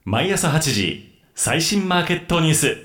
毎朝8時最新マーケットニュース。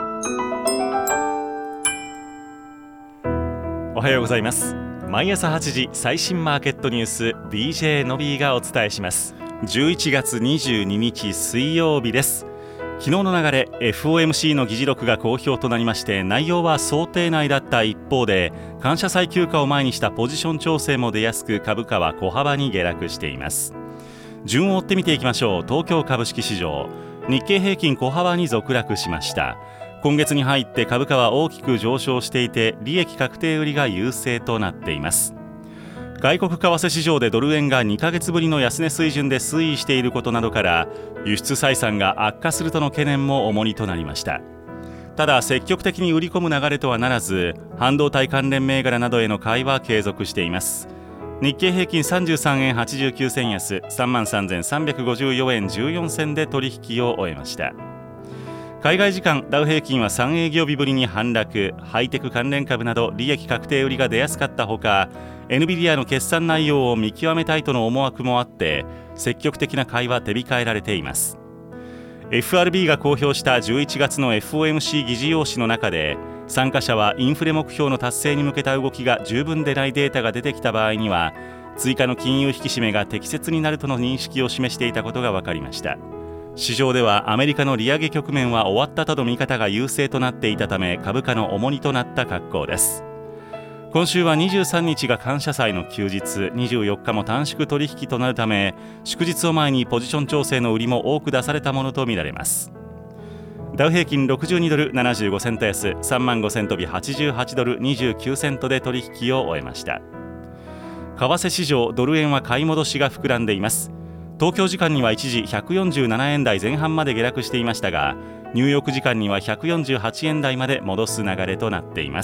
おはようございます。毎朝8時最新マーケットニュース DJ のびーがお伝えします。11月22日水曜日です。昨日の流れ FOMC の議事録が好評となりまして、内容は想定内だった一方で、感謝祭休暇を前にしたポジション調整も出やすく、株価は小幅に下落しています。順を追って見ていきましょう。東京株式市場、日経平均小幅に続落しました。今月に入って株価は大きく上昇していて、利益確定売りが優勢となっています。外国為替市場でドル円が2ヶ月ぶりの安値水準で推移していることなどから、輸出採算が悪化するとの懸念も重荷となりました。ただ積極的に売り込む流れとはならず、半導体関連銘柄などへの買いは継続しています。日経平均33円89銭安、33,354円14銭で取引を終えました。海外時間、ダウ平均は3営業日ぶりに反落、ハイテク関連株など利益確定売りが出やすかったほか、NVIDIA の決算内容を見極めたいとの思惑もあって、積極的な買いは手控えられています。FRB が公表した11月の FOMC 議事要旨の中で、参加者はインフレ目標の達成に向けた動きが十分でないデータが出てきた場合には、追加の金融引き締めが適切になるとの認識を示していたことが分かりました。市場ではアメリカの利上げ局面は終わったとの見方が優勢となっていたため、株価の重荷となった格好です。今週は23日が感謝祭の休日、24日も短縮取引となるため、祝日を前にポジション調整の売りも多く出されたものとみられます。ダウ平均62ドル75セント安、35,000飛び88ドル29セントで取引を終えました。為替市場、ドル円は買い戻しが膨らんでいます。東京時間には一時147円台前半まで下落していましたが、ニューヨーク時間には148円台まで戻す流れとなっています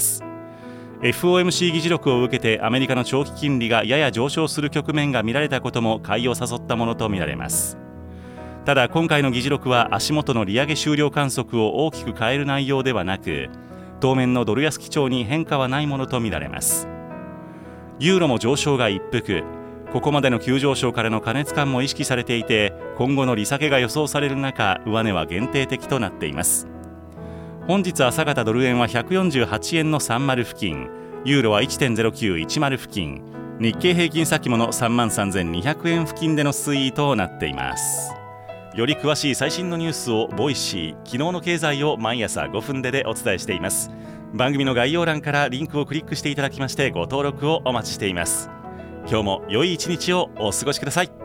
。FOMC 議事録を受けてアメリカの長期金利がやや上昇する局面が見られたことも買いを誘ったものとみられます。ただ今回の議事録は足元の利上げ終了観測を大きく変える内容ではなく、当面のドル安基調に変化はないものとみられます。ユーロも上昇が一服、ここまでの急上昇からの過熱感も意識されていて、今後の利下げが予想される中、上値は限定的となっています。本日朝方ドル円は148円の30付近、ユーロは 1.0910 付近、日経平均先物 33,200 円付近での推移となっています。より詳しい最新のニュースをボイシー、昨日の経済を毎朝5分でお伝えしています。番組の概要欄からリンクをクリックしていただきまして、ご登録をお待ちしています。今日も良い一日をお過ごしください。